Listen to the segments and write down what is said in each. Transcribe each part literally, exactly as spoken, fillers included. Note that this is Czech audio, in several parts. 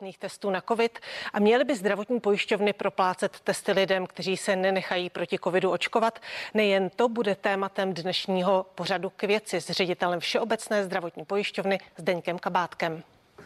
platných testů na covid a měly by zdravotní pojišťovny proplácet testy lidem, kteří se nenechají proti covidu očkovat. Nejen to bude tématem dnešního pořadu K věci s ředitelem Všeobecné zdravotní pojišťovny Zdeňkem Kabátkem.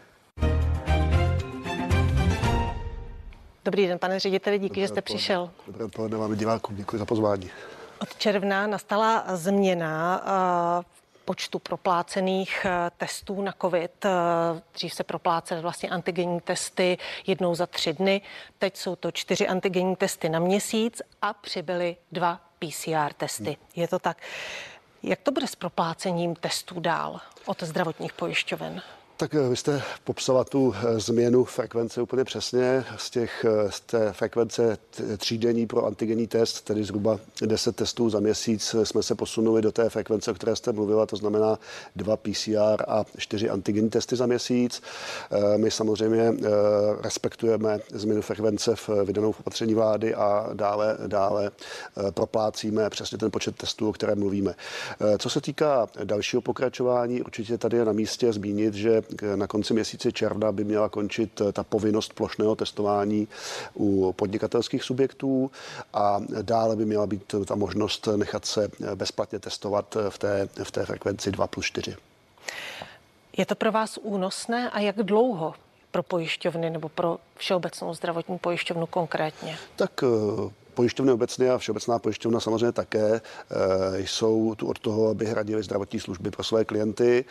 Dobrý den, pane řediteli, díky, že jste přišel. Dobré odpoledne vám divákům, děkuji za pozvání. Od června nastala změna v počtu proplácených testů na covid. Dřív se proplácely vlastně antigenní testy jednou za tři dny. Teď jsou to čtyři antigenní testy na měsíc a přibyly dva P C R testy. Hmm. Je to tak. Jak to bude s proplácením testů dál od zdravotních pojišťoven? Tak vy jste popsala tu změnu frekvence úplně přesně. Z, těch, z té frekvence třídenní pro antigenní test, tedy zhruba deset testů za měsíc, jsme se posunuli do té frekvence, o které jste mluvila, to znamená dva P C R a čtyři antigenní testy za měsíc. My samozřejmě respektujeme změnu frekvence v vydanou opatření vlády a dále, dále proplácíme přesně ten počet testů, o kterém mluvíme. Co se týká dalšího pokračování, určitě tady je na místě zmínit, že na konci měsíce června by měla končit ta povinnost plošného testování u podnikatelských subjektů a dále by měla být ta možnost nechat se bezplatně testovat v té, v té frekvenci dva plus čtyři. Je to pro vás únosné a jak dlouho pro pojišťovny nebo pro Všeobecnou zdravotní pojišťovnu konkrétně? Tak pojišťovny obecně a Všeobecná pojišťovna samozřejmě také jsou tu od toho, aby hradili zdravotní služby pro své klienty.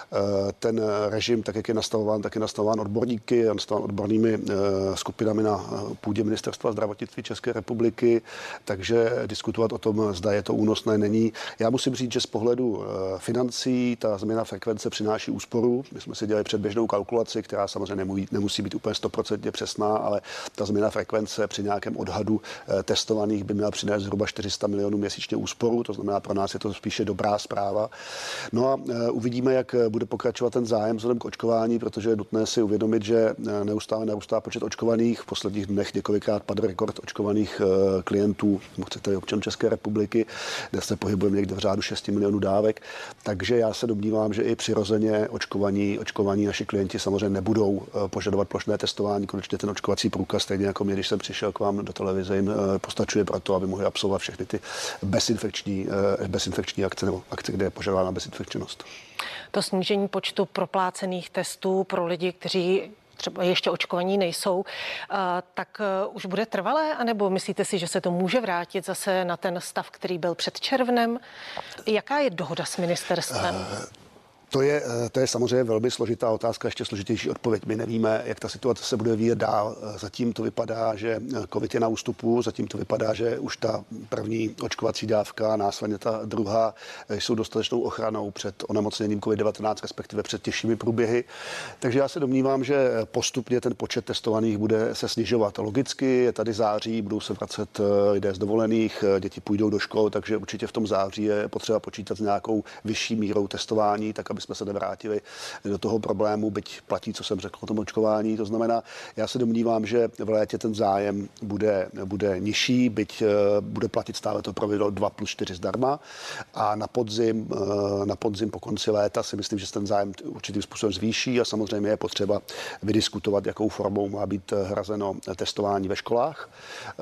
Ten režim, tak jak je nastavován, tak je nastavován odborníky, je nastavován odbornými skupinami na půdě Ministerstva zdravotnictví České republiky, takže diskutovat o tom, zda je to únosné, není. Já musím říct, že z pohledu financí ta změna frekvence přináší úsporu. My jsme si dělali předběžnou kalkulaci, která samozřejmě nemusí být úplně stoprocentně přesná, ale ta změna frekvence při nějakém odhadu testovaných by měla přinést zhruba čtyři sta milionů měsíčně úsporu, to znamená pro nás je to spíše dobrá zpráva. No a uvidíme, jak bude pokračovat ten zájem vzhledem k očkování, protože je nutné si uvědomit, že neustále narůstá počet očkovaných. V posledních dnech několikrát padl rekord očkovaných klientů, chcete občanů České republiky, kde se pohybujeme někde v řádu šesti milionů dávek. Takže já se domnívám, že i přirozeně očkovaní, očkovaní naši klienti samozřejmě nebudou požadovat plošné testování. Konečně ten očkovací průkaz, stejně jako mě, když jsem přišel k vám do televize, jim postačuje pro to, aby mohli absolvovat všechny ty bezinfekční, bezinfekční akce nebo akce, kde je požadována bezinfekčnost. To snížení počtu proplácených testů pro lidi, kteří třeba ještě očkovaní nejsou, tak už bude trvalé, anebo myslíte si, že se to může vrátit zase na ten stav, který byl před červnem? Jaká je dohoda s ministerstvem? Uh... To je, to je samozřejmě velmi složitá otázka, ještě složitější odpověď. My nevíme, jak ta situace se bude vyvíjet dál. Zatím to vypadá, že covid je na ústupu, zatím to vypadá, že už ta první očkovací dávka, následně ta druhá, jsou dostatečnou ochranou před onemocněním covid devatenáct, respektive před těžšími průběhy. Takže já se domnívám, že postupně ten počet testovaných bude se snižovat. Logicky je tady září, budou se vracet lidé z dovolených, děti půjdou do škol, takže určitě v tom září je potřeba počítat s nějakou vyšší mírou testování, tak aby jsme se nevrátili do toho problému, byť platí, co jsem řekl o tom očkování. To znamená, já se domnívám, že v létě ten zájem bude, bude nižší, byť bude platit stále to pravidlo dva plus čtyři zdarma a na podzim, na podzim po konci léta si myslím, že se ten zájem určitým způsobem zvýší a samozřejmě je potřeba vydiskutovat, jakou formou má být hrazeno testování ve školách.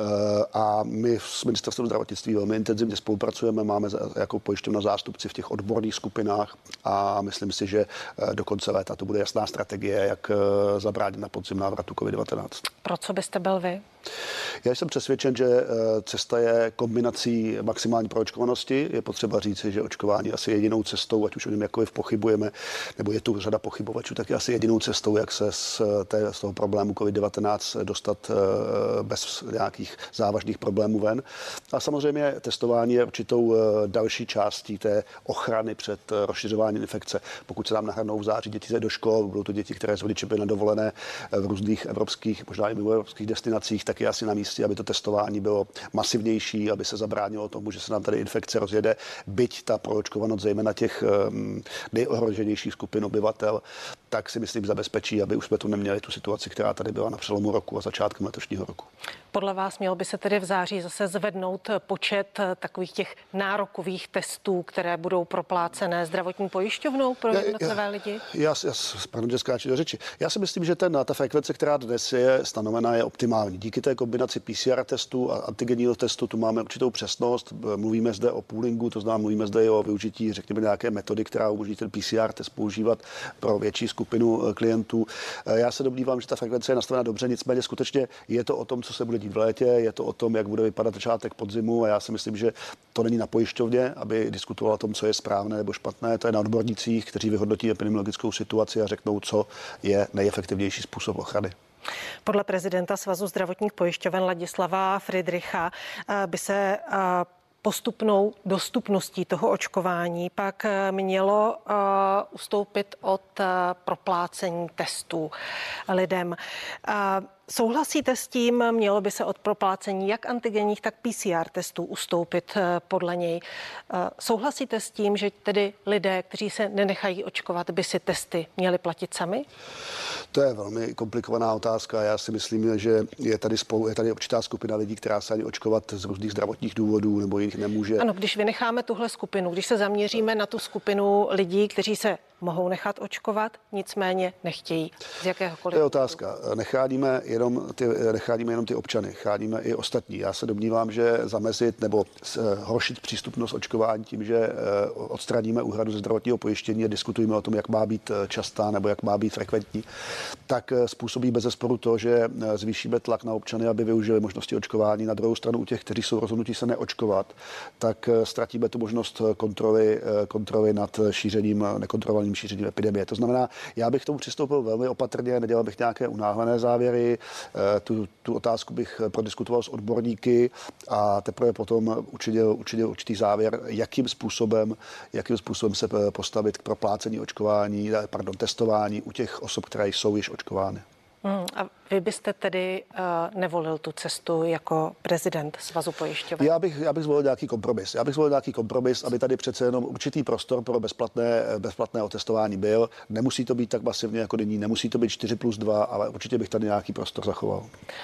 A my s Ministerstvem zdravotnictví velmi intenzivně spolupracujeme, máme jako pojišťovna zástupci v těch odborných skupinách a myslím si, že do konce léta to bude jasná strategie, jak zabránit na podzim návratu covid devatenáct. Pro co byste byl vy? Já jsem přesvědčen, že cesta je kombinací maximální proočkovanosti. Je potřeba říci, že očkování je asi jedinou cestou, ať už o něm jakkoliv pochybujeme, nebo je tu řada pochybovačů, tak je asi jedinou cestou, jak se z, té, z toho problému covid devatenáct dostat bez nějakých závažných problémů ven. A samozřejmě testování je určitou další částí té ochrany před rozšiřováním infekce. Pokud se nám nahrnou v září děti do škol, budou to děti, které s rodiči byly na dovolené v různých evropských, možná i mimoevropských destinacích, tak je asi na místě, aby to testování bylo masivnější, aby se zabránilo tomu, že se nám tady infekce rozjede, byť ta proočkovanost zejména těch nejohroženějších skupin obyvatel, tak si myslím zabezpečí, aby už jsme tu neměli tu situaci, která tady byla na přelomu roku a začátkem letošního roku. Podle vás mělo by se tedy v září zase zvednout počet takových těch nárokových testů, které budou proplácené zdravotní pojišťovnou pro jednotlivé já, lidi? Já, já, pardon, že skáču do řeči. Já si myslím, že ten, ta frekvence, která dnes je stanovená, je optimální. Díky té kombinaci P C R testu a antigenního testu tu máme určitou přesnost. Mluvíme zde o poolingu, to znamená, mluvíme zde i o využití, řekněme, nějaké metody, která umožní ten P C R test používat pro větší skupinu klientů. Já se domnívám, že ta frekvence je nastavena dobře, nicméně skutečně je to o tom, co se bude dít v létě, je to o tom, jak bude vypadat začátek podzimu a já si myslím, že to není na pojišťovně, aby diskutovala o tom, co je správné nebo špatné, to je na odbornících, kteří vyhodnotí epidemiologickou situaci a řeknou, co je nejefektivnější způsob ochrany. Podle prezidenta Svazu zdravotních pojišťoven Ladislava Friedricha by se postupnou dostupností toho očkování pak mělo uh, ustoupit od uh, proplácení testů lidem. Uh, Souhlasíte s tím, mělo by se od proplácení jak antigenních, tak P C R testů ustoupit uh, podle něj. Uh, souhlasíte s tím, že tedy lidé, kteří se nenechají očkovat, by si testy měli platit sami? To je velmi komplikovaná otázka. Já si myslím, že je tady, spolu, je tady určitá skupina lidí, která se ani očkovat z různých zdravotních důvodů nebo jiných nemůže. Ano, když vynecháme tuhle skupinu, když se zaměříme na tu skupinu lidí, kteří se mohou nechat očkovat, nicméně nechtějí z jakéhokoliv. To je otázka. Nechráníme jenom ty, nechráníme jenom ty občany, chráníme i ostatní. Já se domnívám, že zamezit nebo horšit přístupnost očkování tím, že odstraníme úhradu ze zdravotního pojištění a diskutujeme o tom, jak má být častá nebo jak má být frekventní, tak způsobí bezesporu to, že zvýšíme tlak na občany, aby využili možnosti očkování. Na druhou stranu u těch, kteří jsou rozhodnutí se neočkovat, tak ztratíme tu možnost kontroly, kontroly nad šířením, nekontrolovaným šířením epidemie. To znamená, já bych k tomu přistoupil velmi opatrně, nedělal bych nějaké unáhlené závěry. Tu, tu otázku bych prodiskutoval s odborníky a teprve potom učinil, učinil určitý závěr, jakým způsobem, jakým způsobem se postavit k proplácení očkování, pardon, testování u těch osob, které jsou již očkovány. Hmm, a vy byste tedy uh, nevolil tu cestu jako prezident Svazu pojišťoven? Já bych, já bych zvolil nějaký kompromis. Já bych zvolil nějaký kompromis, aby tady přece jenom určitý prostor pro bezplatné, bezplatné otestování byl. Nemusí to být tak masivně jako nyní, nemusí to být čtyři plus dva, ale určitě bych tady nějaký prostor zachoval.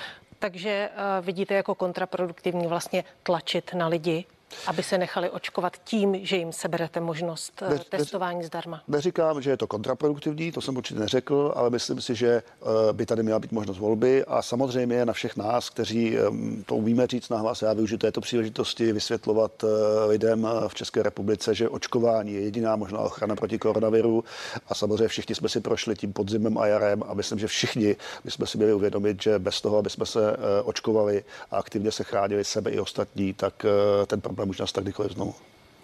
Takže uh, vidíte jako kontraproduktivní vlastně tlačit na lidi, aby se nechali očkovat tím, že jim seberete možnost ne, testování ne, zdarma. Neříkám, že je to kontraproduktivní, to jsem určitě neřekl, ale myslím si, že by tady měla být možnost volby a samozřejmě je na všech nás, kteří to umíme říct nahlas. Já využiju této příležitosti vysvětlovat lidem v České republice, že očkování je jediná možná ochrana proti koronaviru a samozřejmě všichni jsme si prošli tím podzimem a jarem a myslím, že všichni bychom si měli uvědomit, že bez toho, aby jsme se očkovali a aktivně se chránili sebe i ostatní, tak ten problém už nastat kdykoliv znovu.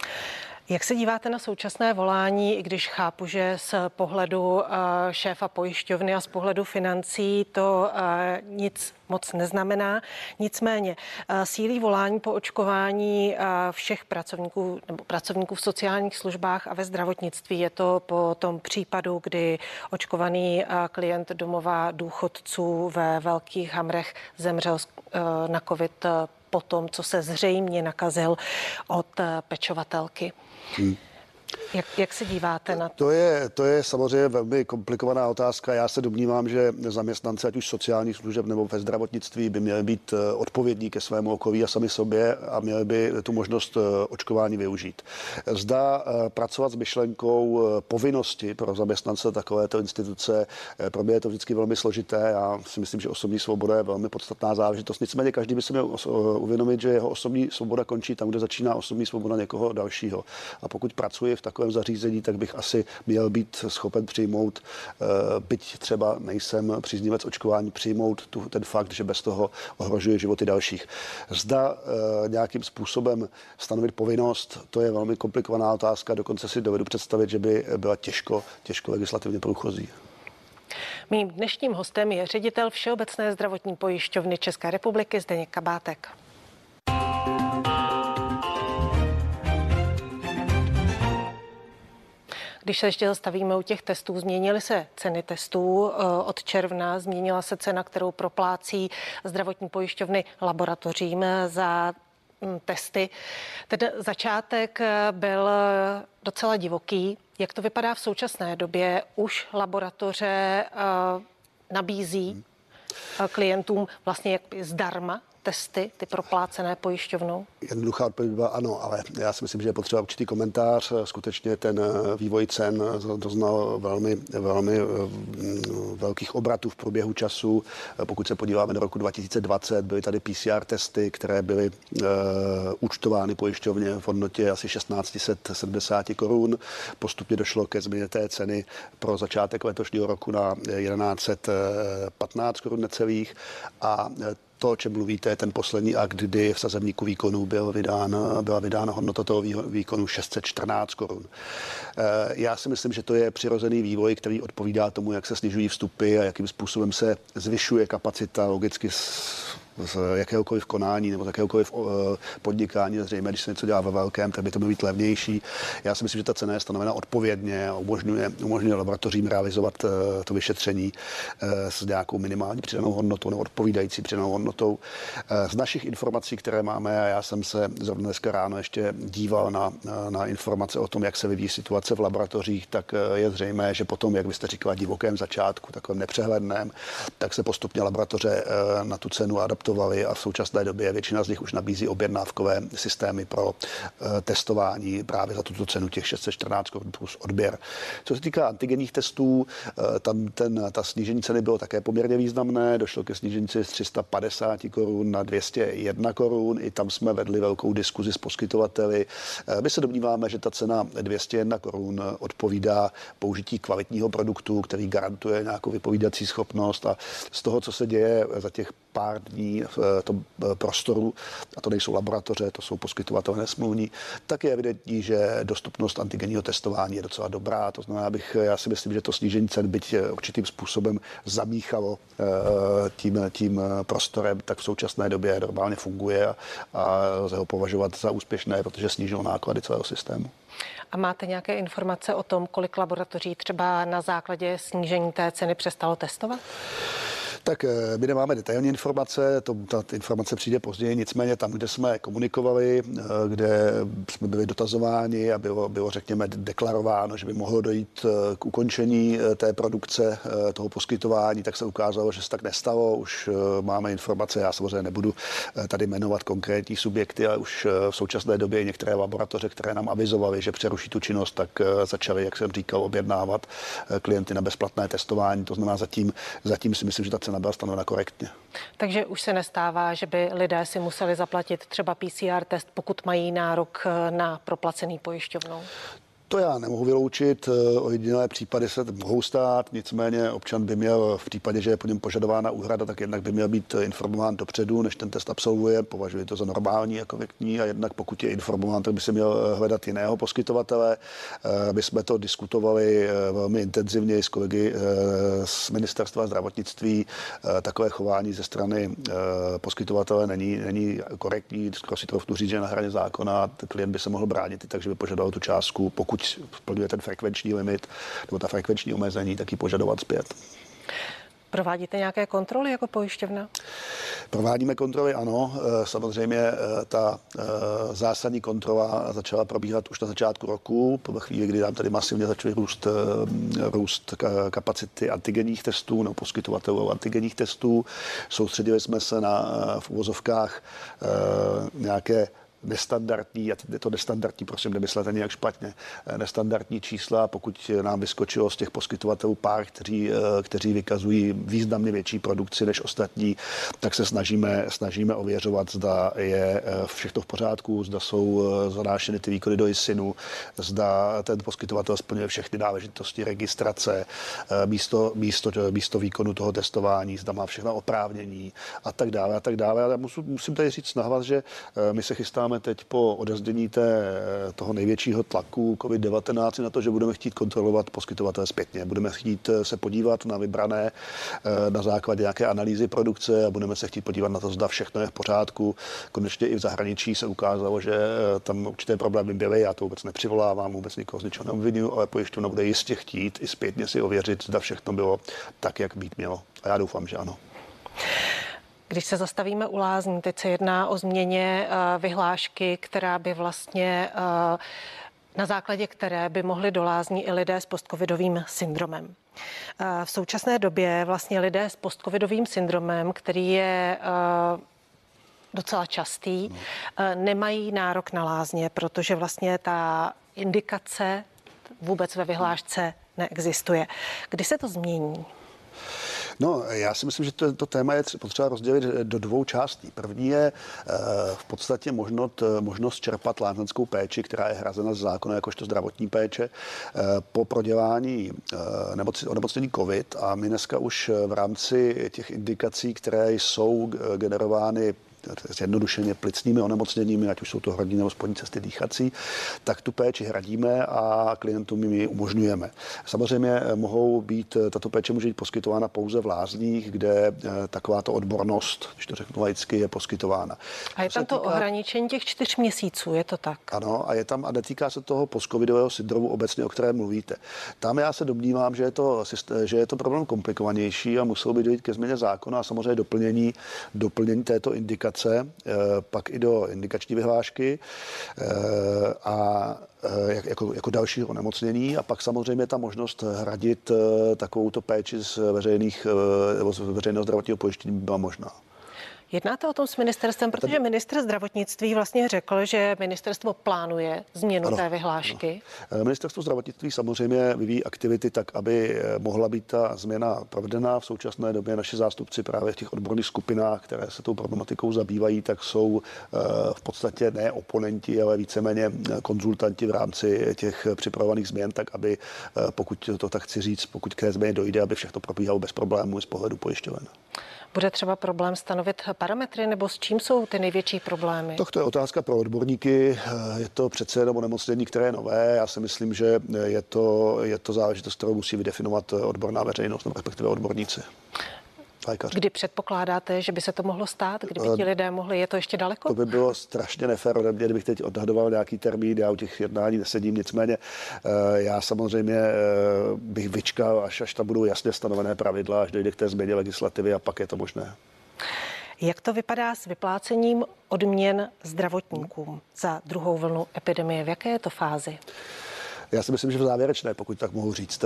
Jak se díváte na současné volání, i když chápu, že z pohledu šéfa pojišťovny a z pohledu financí to nic moc neznamená. Nicméně sílí volání po očkování všech pracovníků nebo pracovníků v sociálních službách a ve zdravotnictví. Je to po tom případu, kdy očkovaný klient domova důchodců ve Velkých Hamrech zemřel na covid po tom, co se zřejmě nakazil od pečovatelky. Hmm. Jak, jak se díváte na to? To je, to je samozřejmě velmi komplikovaná otázka. Já se domnívám, že zaměstnanci, ať už sociálních služeb nebo ve zdravotnictví, by měli být odpovědní ke svému okolí a sami sobě a měli by tu možnost očkování využít. Zda pracovat s myšlenkou povinnosti pro zaměstnance takovéto instituce, pro mě je to vždycky velmi složité. Já si myslím, že osobní svoboda je velmi podstatná záležitost. Nicméně každý by si měl uvědomit, že jeho osobní svoboda končí tam, kde začíná osobní svoboda někoho dalšího. A pokud pracuje v takovém zařízení, tak bych asi měl být schopen přijmout, byť třeba nejsem příznivec očkování, přijmout tu, ten fakt, že bez toho ohrožuje životy dalších. Zda nějakým způsobem stanovit povinnost, to je velmi komplikovaná otázka, dokonce si dovedu představit, že by byla těžko, těžko legislativně průchozí. Mým dnešním hostem je ředitel Všeobecné zdravotní pojišťovny České republiky Zdeněk Kabátek. Když se ještě zastavíme u těch testů, změnily se ceny testů od června, změnila se cena, kterou proplácí zdravotní pojišťovny laboratořím za testy. Ten začátek byl docela divoký. Jak to vypadá v současné době? Už laboratoře nabízí klientům vlastně jak zdarma testy, ty proplácené pojišťovnou? Jednoduchá odpověď byla ano, ale já si myslím, že je potřeba určitý komentář. Skutečně ten vývoj cen doznal velmi, velmi velkých obratů v průběhu času. Pokud se podíváme do roku dva tisíce dvacet, byly tady P C R testy, které byly uh, účtovány pojišťovně v hodnotě asi šestnáct set sedmdesát korun. Postupně došlo ke změně té ceny pro začátek letošního roku na jedenáct set patnáct korun necelých a to, o čem mluvíte, ten poslední akt, kdy v sazebníku výkonu byl vydán, byla vydána hodnota toho výkonu šest set čtrnáct korun. Já si myslím, že to je přirozený vývoj, který odpovídá tomu, jak se snižují vstupy a jakým způsobem se zvyšuje kapacita logicky z jakéhokoliv konání nebo z jakéhokoliv podnikání. Zřejmě, když se něco dělá ve velkém, tak by to mělo být levnější. Já si myslím, že ta cena je stanovena odpovědně a umožňuje, umožňuje laboratořím realizovat to vyšetření s nějakou minimální přidanou hodnotou nebo odpovídající přidanou hodnotou. Z našich informací, které máme, a já jsem se zrovna dneska ráno ještě díval na, na informace o tom, jak se vyvíjí situace v laboratořích, tak je zřejmé, že potom, jak byste říkala, divokém začátku, takovém nepřehledném, tak se postupně laboratoře na tu cenu adaptovaly a v současné době většina z nich už nabízí objednávkové systémy pro uh, testování právě za tuto cenu těch šest set čtrnáct korun plus odběr. Co se týká antigenních testů, uh, tam ten, ta snížení ceny bylo také poměrně významné, došlo ke snížení z tři sta padesát korun na dvě stě jedna korun, i tam jsme vedli velkou diskuzi s poskytovateli. Uh, my se domníváme, že ta cena dvě stě jedna korun odpovídá použití kvalitního produktu, který garantuje nějakou vypovídací schopnost a z toho, co se děje za těch pár dní v tom prostoru, a to nejsou laboratoře, to jsou poskytovatelé nesmluvní, tak je evidentní, že dostupnost antigenního testování je docela dobrá. To znamená, abych, já si myslím, že to snížení cen byť určitým způsobem zamíchalo tím, tím prostorem, tak v současné době normálně funguje a, a lze ho považovat za úspěšné, protože snížilo náklady celého systému. A máte nějaké informace o tom, kolik laboratoří třeba na základě snížení té ceny přestalo testovat? Tak my nemáme detailní informace, to, ta informace přijde později, nicméně tam, kde jsme komunikovali, kde jsme byli dotazováni a bylo, bylo řekněme deklarováno, že by mohlo dojít k ukončení té produkce, toho poskytování, tak se ukázalo, že se tak nestalo. Už máme informace, já samozřejmě nebudu tady jmenovat konkrétní subjekty, ale už v současné době některé laboratoře, které nám avizovaly, že přeruší tu činnost, tak začaly, jak jsem říkal, objednávat klienty na bezplatné testování. To znamená, zatím, zatím si myslím, že ta cena byla stanovena korektně. Takže už se nestává, že by lidé si museli zaplatit třeba P C R test, pokud mají nárok na proplacený pojišťovnou? To já nemohu vyloučit, ojedinělé případy se mohou stát, nicméně občan by měl v případě, že je po něm požadována úhrada, tak jednak by měl být informován dopředu, než ten test absolvuje, považuji to za normální a korektní a jednak pokud je informován, tak by se měl hledat jiného poskytovatele. My jsme to diskutovali velmi intenzivně s kolegy z Ministerstva zdravotnictví. Takové chování ze strany poskytovatele není, není korektní, skoro si trochu říct, že je na hraně zákona, klient by se mohl bránit, takže by požadoval tu částku, pokud splňuje ten frekvenční limit nebo ta frekvenční omezení, tak ji požadovat zpět. Provádíte nějaké kontroly jako pojišťovna? Provádíme kontroly, ano. Samozřejmě ta zásadní kontrola začala probíhat už na začátku roku, po chvíli, kdy nám tady masivně začaly růst, růst kapacity antigenních testů, no, poskytovatelů antigenních testů. Soustředili jsme se na v uvozovkách nějaké nestandardní, a je to nestandardní, prosím, nemyslete nějak špatně, nestandardní čísla, pokud nám vyskočilo z těch poskytovatelů pár, kteří, kteří vykazují významně větší produkci než ostatní, tak se snažíme, snažíme ověřovat, zda je všechno v pořádku, zda jsou zanášeny ty výkony do I S I N u, zda ten poskytovatel splňuje všechny náležitosti registrace, místo, místo, místo výkonu toho testování, zda má všechno oprávnění a tak dále a tak dále. Ale musím, musím tady říct nahlas, že my se chystáme teď po odezdění té, toho největšího tlaku covid devatenáct na to, že budeme chtít kontrolovat poskytovatele zpětně. Budeme chtít se podívat na vybrané na základě nějaké analýzy produkce a budeme se chtít podívat na to, zda všechno je v pořádku. Konečně i v zahraničí se ukázalo, že tam určité problémy byly. Já to vůbec nepřivolávám, vůbec nikoho z ničeho neobvinuju, ale pojišťovna bude jistě chtít i zpětně si ověřit, zda všechno bylo tak, jak být mělo. A já doufám, že ano. Když se zastavíme u lázní, teď se jedná o změně vyhlášky, která by vlastně, na základě které by mohli do lázní i lidé s postcovidovým syndromem. V současné době vlastně lidé s postcovidovým syndromem, který je docela častý, no. Nemají nárok na lázně, protože vlastně ta indikace vůbec ve vyhlášce neexistuje. Kdy se to změní? No, já si myslím, že to, to téma je potřeba rozdělit do dvou částí. První je e, v podstatě možnost, možnost čerpat lázeňskou péči, která je hrazena z zákona jakožto zdravotní péče e, po prodělání e, nemoc, onemocnění COVID. A my dneska už v rámci těch indikací, které jsou generovány zjednodušeně plicními onemocněními, ať už jsou to hrdní nebo spodní cesty dýchací, tak tu péči hradíme a klientům ji umožňujeme. Samozřejmě mohou být, tato péče může být poskytována pouze v lázních, kde takováto odbornost, když to řeknu laicky, je poskytována. A je tam to týká... ohraničení těch čtyř měsíců, je to tak? Ano, a je tam, a netýká se toho postcovidového syndromu obecně, o kterém mluvíte. Tam já se domnívám, že je to, že je to problém komplikovanější a muselo by dojít ke změně zákona a samozřejmě doplnění, doplnění této indikace pak i do indikační vyhlášky a jako, jako dalšího onemocnění a pak samozřejmě ta možnost hradit takovouto péči z veřejných nebo z veřejného zdravotního pojištění by byla možná. Jednáte o tom s ministerstvem, protože ministr zdravotnictví vlastně řekl, že ministerstvo plánuje změnu ano, té vyhlášky. Ano. Ministerstvo zdravotnictví samozřejmě vyvíjí aktivity tak, aby mohla být ta změna provedena. V současné době naši zástupci právě v těch odborných skupinách, které se tou problematikou zabývají, tak jsou v podstatě ne oponenti, ale víceméně konzultanti v rámci těch připravovaných změn, tak aby, pokud to tak chci říct, pokud k té změně dojde, aby všechno probíhalo bez problémů z pohledu pojišťoven. Bude třeba problém stanovit parametry, nebo s čím jsou ty největší problémy? To je otázka pro odborníky. Je to přece jenom onemocnění, které je nové. Já si myslím, že je to, je to záležitost, kterou musí vydefinovat odborná veřejnost, nebo respektive odborníci. Lékař. Kdy předpokládáte, že by se to mohlo stát? Kdyby ti lidé mohli, je to ještě daleko? To by bylo strašně nefér ode mě, kdybych teď odhadoval nějaký termín, já u těch jednání nesedím, nicméně já samozřejmě bych vyčkal, až, až tam budou jasně stanovené pravidla, až dojde k té změně legislativy a pak je to možné. Jak to vypadá s vyplácením odměn zdravotníkům za druhou vlnu epidemie? V jaké je to fázi? Já si myslím, že v závěrečné, pokud tak mohu říct.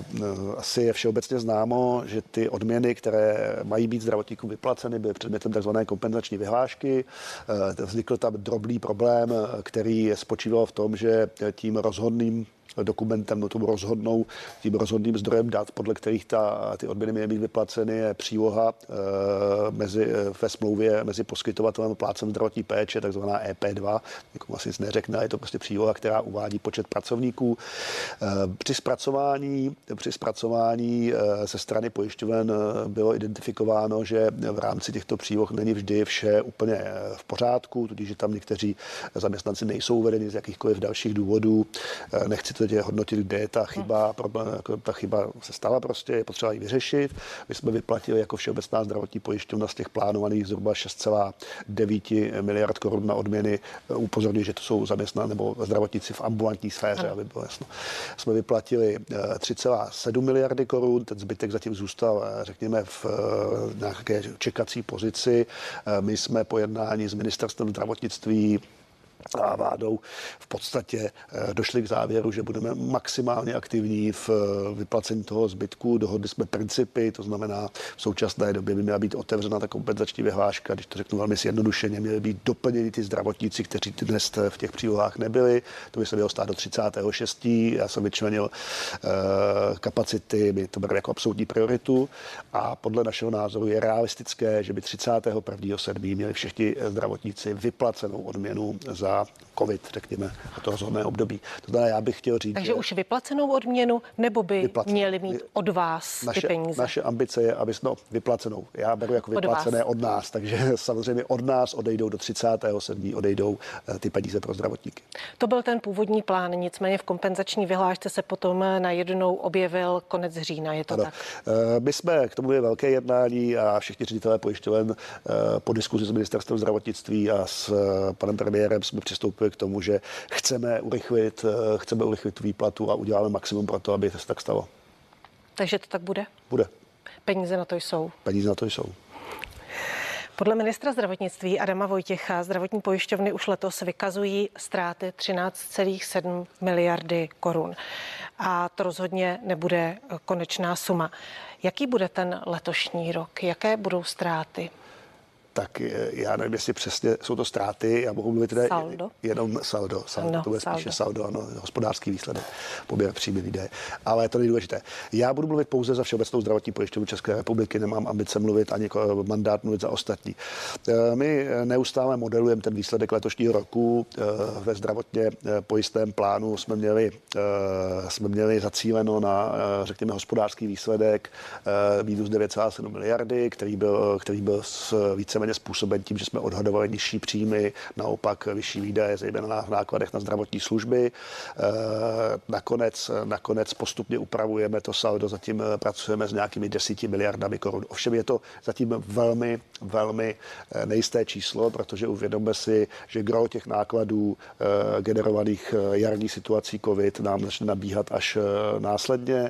Asi je všeobecně známo, že ty odměny, které mají být zdravotníkům vyplaceny, byly předmětem tzv. Kompenzační vyhlášky. Vznikl tam drobný problém, který spočíval v tom, že tím rozhodným dokumentem, no tomu rozhodnou, tím rozhodným zdrojem dat, podle kterých ta, ty odměny měly být vyplaceny, je příloha e, mezi, ve smlouvě mezi poskytovatelem a plátcem zdravotní péče, takzvaná E P dva. Někomu asi nic neřekne, je to prostě příloha, která uvádí počet pracovníků. E, při zpracování, při zpracování e, ze strany pojišťoven bylo identifikováno, že v rámci těchto příloh není vždy vše úplně v pořádku, tudíž že tam někteří zaměstnanci nejsou uvedeni z jakýchkoliv dalších důvodů. E, nechci to hodnotit, kde je ta chyba, problém, jako ta chyba se stala prostě, je potřeba ji vyřešit. My jsme vyplatili jako Všeobecná zdravotní pojišťovna z těch plánovaných zhruba šest celá devět miliard korun na odměny. Upozorňuji, že to jsou zaměstnaní nebo zdravotníci v ambulantní sféře, aby bylo jasno. Jsme vyplatili tři celá sedm miliardy korun, ten zbytek zatím zůstal, řekněme, v nějaké čekací pozici. My jsme po jednání s ministerstvem zdravotnictví a vládou v podstatě došli k závěru, že budeme maximálně aktivní v vyplacení toho zbytku. Dohodli jsme principy, to znamená v současné době by měla být otevřena ta kompenzační vyhláška, když to řeknu velmi zjednodušeně, měly být doplněni ty zdravotníci, kteří dnes v těch přílohách nebyli. To by se mělo stát do třicátého šestého Já jsem vyčlenil uh, kapacity, my to bereme jako absolutní prioritu a podle našeho názoru je realistické, že by třicátého prvního sedmého měli všichni zdravotníci vyplacenou odměnu za COVID, řekněme, a to rozhodné období. To znamená, já bych chtěl říct, takže už vyplacenou odměnu, nebo by vyplacen, měli mít od vás naše, ty peníze? Naše ambice je, aby no, vyplacenou. Já beru jako vyplacené od, od nás, takže samozřejmě od nás odejdou do třicátého sedmého odejdou ty peníze pro zdravotníky. To byl ten původní plán, nicméně v kompenzační vyhlášce se potom najednou objevil konec října, je to ano. tak? My jsme, k tomu je velké jednání a všichni ředitelé pojišťoven po diskuzi s ministerstvem zdravotnictví a s panem premiérem jsme přistoupili k tomu, že chceme urychlit, chceme urychlit tu výplatu a uděláme maximum pro to, aby se tak stalo. Takže to tak bude? Bude. Peníze na to jsou? Peníze na to jsou. Podle ministra zdravotnictví Adama Vojtěcha zdravotní pojišťovny už letos vykazují ztráty třináct celá sedm miliardy korun. A to rozhodně nebude konečná suma. Jaký bude ten letošní rok? Jaké budou ztráty? tak já nevím, jestli přesně jsou to ztráty, já mohu mluvit teda saldo. jenom saldo, saldo ano, to bude saldo. spíše saldo, ano, hospodářský výsledek, poměr příjmy výdaje. Ale to není důležité. Já budu mluvit pouze za Všeobecnou zdravotní pojišťovnu České republiky, nemám ambice mluvit ani mandát mluvit za ostatní. My neustále modelujeme ten výsledek letošního roku. Ve zdravotně pojistném plánu jsme měli, jsme měli zacíleno na, řekněme, hospodářský výsledek minus devět celá sedm miliardy, který byl, který byl víceméně způsoben tím, že jsme odhadovali nižší příjmy, naopak vyšší výdaje, zejména na nákladech na zdravotní služby. Nakonec, nakonec postupně upravujeme to saldo, zatím pracujeme s nějakými desíti miliardami korun. Ovšem je to zatím velmi, velmi nejisté číslo, protože uvědomme si, že gros těch nákladů generovaných jarní situací COVID nám začne nabíhat až následně.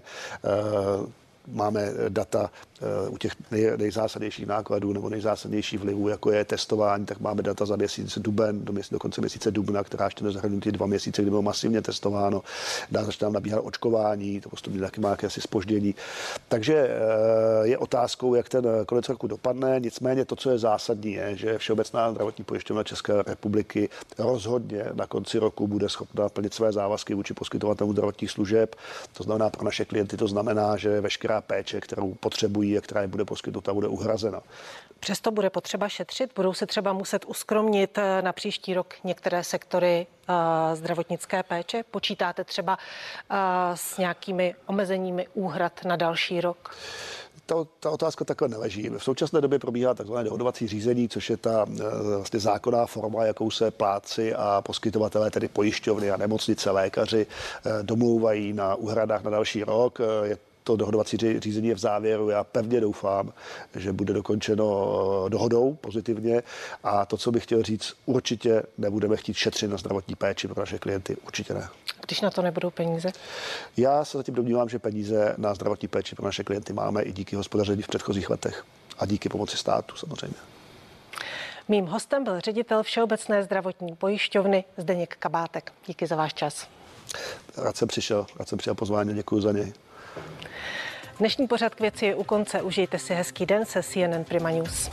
Máme data u těch nej, nejzásadnějších nákladů nebo nejzásadnějších vlivů, jako je testování, tak máme data za měsíc duben, do, měsíc, do konce měsíce dubna, která ještě nezahrnují ty dva měsíce, kdy bylo masivně testováno. Dá začne nám nabíhat očkování, to postupně taky má jakési zpoždění. Takže je otázkou, jak ten konec roku dopadne. Nicméně to, co je zásadní, je, že Všeobecná zdravotní pojišťovna České republiky rozhodně na konci roku bude schopna plnit své závazky vůči poskytovatelům zdravotních služeb. To znamená pro naše klienty, to znamená, že veškerá péče, kterou potřebují a která jim bude poskytnuta, bude uhrazena. Přesto bude potřeba šetřit, budou se třeba muset uskromnit na příští rok některé sektory uh, zdravotnické péče? Počítáte třeba uh, s nějakými omezeními úhrad na další rok? Ta, ta otázka takhle neleží. V současné době probíhá takzvané dohodovací řízení, což je ta vlastně zákonná forma, jakou se plátci a poskytovatelé, tedy pojišťovny a nemocnice, lékaři domlouvají na úhradách na další rok. Je To dohodovací řízení je v závěru. Já pevně doufám, že bude dokončeno dohodou pozitivně a to, co bych chtěl říct, určitě nebudeme chtít šetřit na zdravotní péči pro naše klienty. Určitě ne. Když na to nebudou peníze? Já se zatím domnívám, že peníze na zdravotní péči pro naše klienty máme i díky hospodaření v předchozích letech a díky pomoci státu samozřejmě. Mým hostem byl ředitel Všeobecné zdravotní pojišťovny Zdeněk Kabátek. Díky za váš čas. Rád jsem přišel, rád jsem přijal pozvání, děkuji za něj. Dnešní pořad k věci je u konce. Užijte si hezký den se C N N Prima News.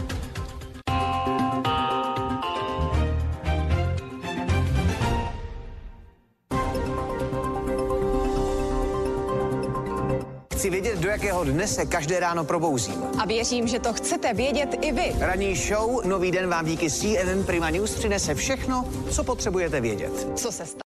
Chci vědět, do jakého dne se každé ráno probouzím. A věřím, že to chcete vědět i vy. Ranní show Nový den vám díky C N N Prima News přinese všechno, co potřebujete vědět. Co se stane?